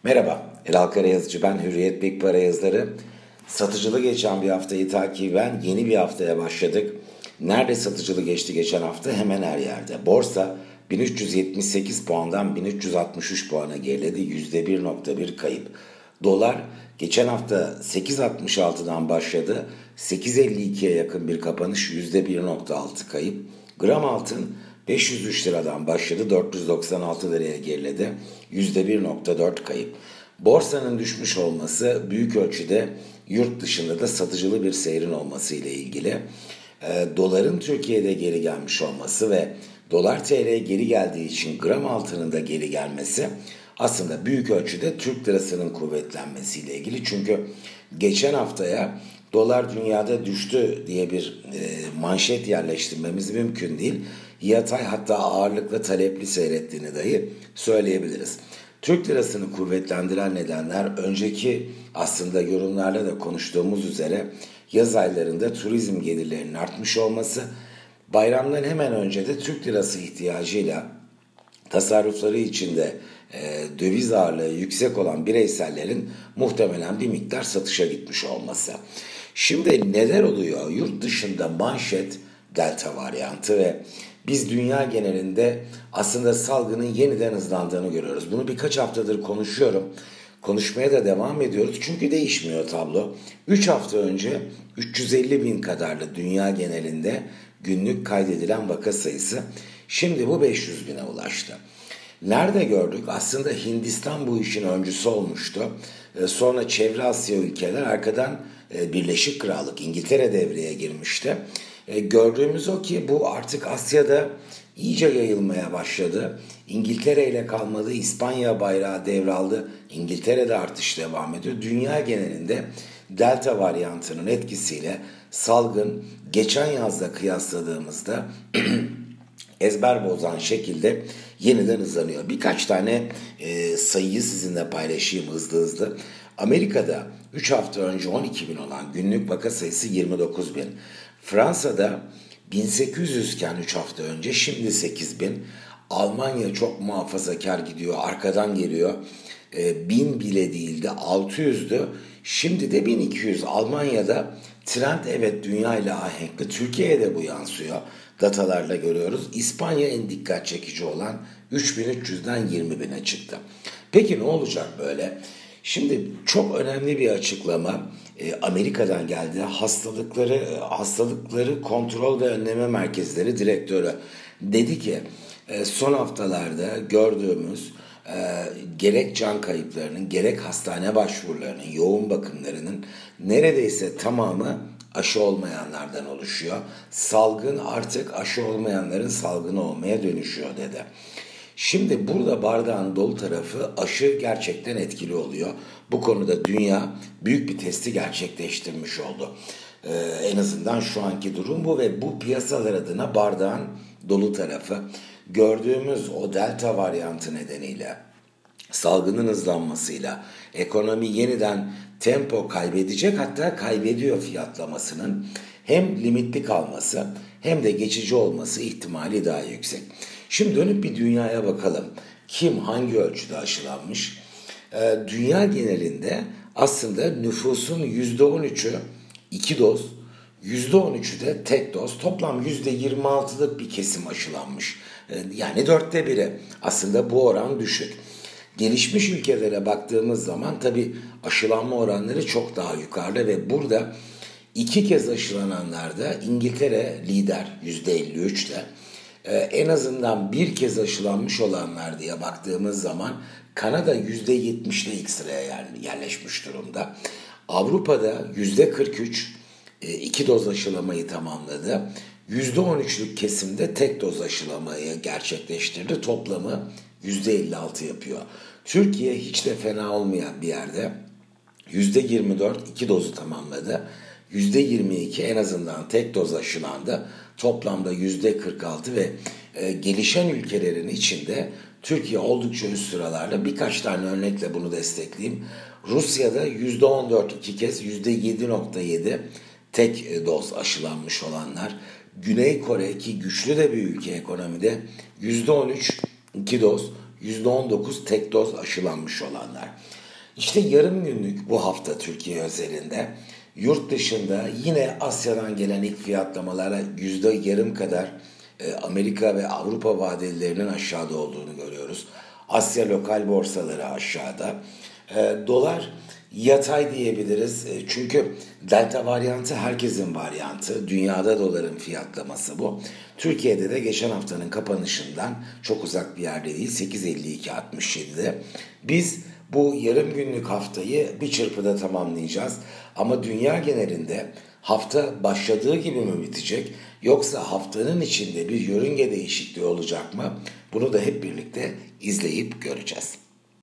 Merhaba, Elal Karayazıcı ben, Hürriyet Big Para yazarı. Satıcılı geçen bir haftayı takiben yeni bir haftaya başladık. Nerede satıcılı geçti geçen hafta? Hemen her yerde. Borsa 1378 puandan 1363 puana geriledi. %1.1 kayıp. Dolar geçen hafta 8.66'dan başladı. 8.52'ye yakın bir kapanış, %1.6 kayıp. Gram altın 503 liradan başladı, 496 liraya geriledi. %1.4 kayıp. Borsanın düşmüş olması büyük ölçüde yurt dışında da satıcılı bir seyrin olması ile ilgili. Doların Türkiye'de geri gelmiş olması ve dolar TL'ye geri geldiği için gram altının da geri gelmesi aslında büyük ölçüde Türk lirasının kuvvetlenmesiyle ilgili. Çünkü geçen haftaya dolar dünyada düştü diye bir manşet yerleştirmemiz mümkün değil. Yatay, hatta ağırlıkla talepli seyrettiğini dahi söyleyebiliriz. Türk lirasını kuvvetlendiren nedenler önceki aslında yorumlarla da konuştuğumuz üzere yaz aylarında turizm gelirlerinin artmış olması, bayramdan hemen önce de Türk lirası ihtiyacıyla tasarrufları içinde döviz ağırlığı yüksek olan bireysellerin muhtemelen bir miktar satışa gitmiş olması. Şimdi neler oluyor? Yurt dışında manşet Delta varyantı ve biz dünya genelinde aslında salgının yeniden hızlandığını görüyoruz. Bunu birkaç haftadır konuşuyorum. Konuşmaya da devam ediyoruz çünkü değişmiyor tablo. 3 hafta önce 350 bin kadarlı dünya genelinde günlük kaydedilen vaka sayısı, şimdi bu 500 bine ulaştı. Nerede gördük? Aslında Hindistan bu işin öncüsü olmuştu. Sonra Çevre Asya ülkeler, arkadan Birleşik Krallık, İngiltere devreye girmişti. Gördüğümüz o ki bu artık Asya'da iyice yayılmaya başladı. İngiltere ile kalmadı, İspanya bayrağı devraldı. İngiltere'de artış devam ediyor. Dünya genelinde Delta varyantının etkisiyle salgın geçen yazla kıyasladığımızda ezber bozan şekilde yeniden hızlanıyor. Birkaç tane sayıyı sizinle paylaşayım hızlı. Amerika'da 3 hafta önce 12 bin olan günlük vaka sayısı 29 bin. Fransa'da 1800 iken 3 hafta önce, şimdi 8 bin. Almanya çok muhafazakar gidiyor, arkadan geliyor. 1000 bile değildi, 600'dü. Şimdi de 1200. Almanya'da trend evet dünya ile ahenkli. Türkiye'ye de bu yansıyor. Datalarla görüyoruz. İspanya en dikkat çekici olan 3300'den 20 bine çıktı. Peki ne olacak böyle? Şimdi çok önemli bir açıklama Amerika'dan geldi. Hastalıkları Kontrol ve Önleme Merkezleri Direktörü dedi ki son haftalarda gördüğümüz gerek can kayıplarının gerek hastane başvurularının, yoğun bakımlarının neredeyse tamamı aşı olmayanlardan oluşuyor. Salgın artık aşı olmayanların salgını olmaya dönüşüyor dedi. Şimdi burada bardağın dolu tarafı, aşı gerçekten etkili oluyor. Bu konuda dünya büyük bir testi gerçekleştirmiş oldu. En azından şu anki durum bu ve bu piyasalar adına bardağın dolu tarafı. Gördüğümüz o delta varyantı nedeniyle, salgının hızlanmasıyla ekonomi yeniden tempo kaybedecek, hatta kaybediyor fiyatlamasının. Hem limitli kalması hem de geçici olması ihtimali daha yüksek. Şimdi dönüp bir dünyaya bakalım. Kim hangi ölçüde aşılanmış? Dünya genelinde aslında nüfusun %13'ü 2 doz, %13'ü de tek doz, toplam %26'lık bir kesim aşılanmış. Yani 1/4. Aslında bu oran düşük. Gelişmiş ülkelere baktığımız zaman tabii aşılanma oranları çok daha yukarıda ve burada 2 kez aşılananlarda İngiltere lider %53'te. En azından bir kez aşılanmış olanlar diye baktığımız zaman Kanada %70'de ilk sıraya yerleşmiş durumda. Avrupa'da %43 2 doz aşılamayı tamamladı. %13'lük kesimde tek doz aşılamayı gerçekleştirdi. Toplamı %56 yapıyor. Türkiye hiç de fena olmayan bir yerde. %24 2 dozu tamamladı. %22 en azından tek doz aşılandı. Toplamda %46 ve gelişen ülkelerin içinde Türkiye oldukça üst sıralarda. Birkaç tane örnekle bunu destekleyeyim. Rusya'da %14 2 kez, %7.7 tek doz aşılanmış olanlar. Güney Kore, ki güçlü de bir ülke ekonomide, %13 2 doz, %19 tek doz aşılanmış olanlar. İşte yarım günlük bu hafta Türkiye özelinde yurt dışında yine Asya'dan gelen ilk fiyatlamalara %yarım kadar Amerika ve Avrupa vadelilerinin aşağıda olduğunu görüyoruz. Asya lokal borsaları aşağıda. Dolar yatay diyebiliriz. Çünkü delta varyantı herkesin varyantı. Dünyada doların fiyatlaması bu. Türkiye'de de geçen haftanın kapanışından çok uzak bir yerde değil, 8.52.67'de. Biz bu yarım günlük haftayı bir çırpıda tamamlayacağız. Ama dünya genelinde hafta başladığı gibi mi bitecek, yoksa haftanın içinde bir yörünge değişikliği olacak mı? Bunu da hep birlikte izleyip göreceğiz.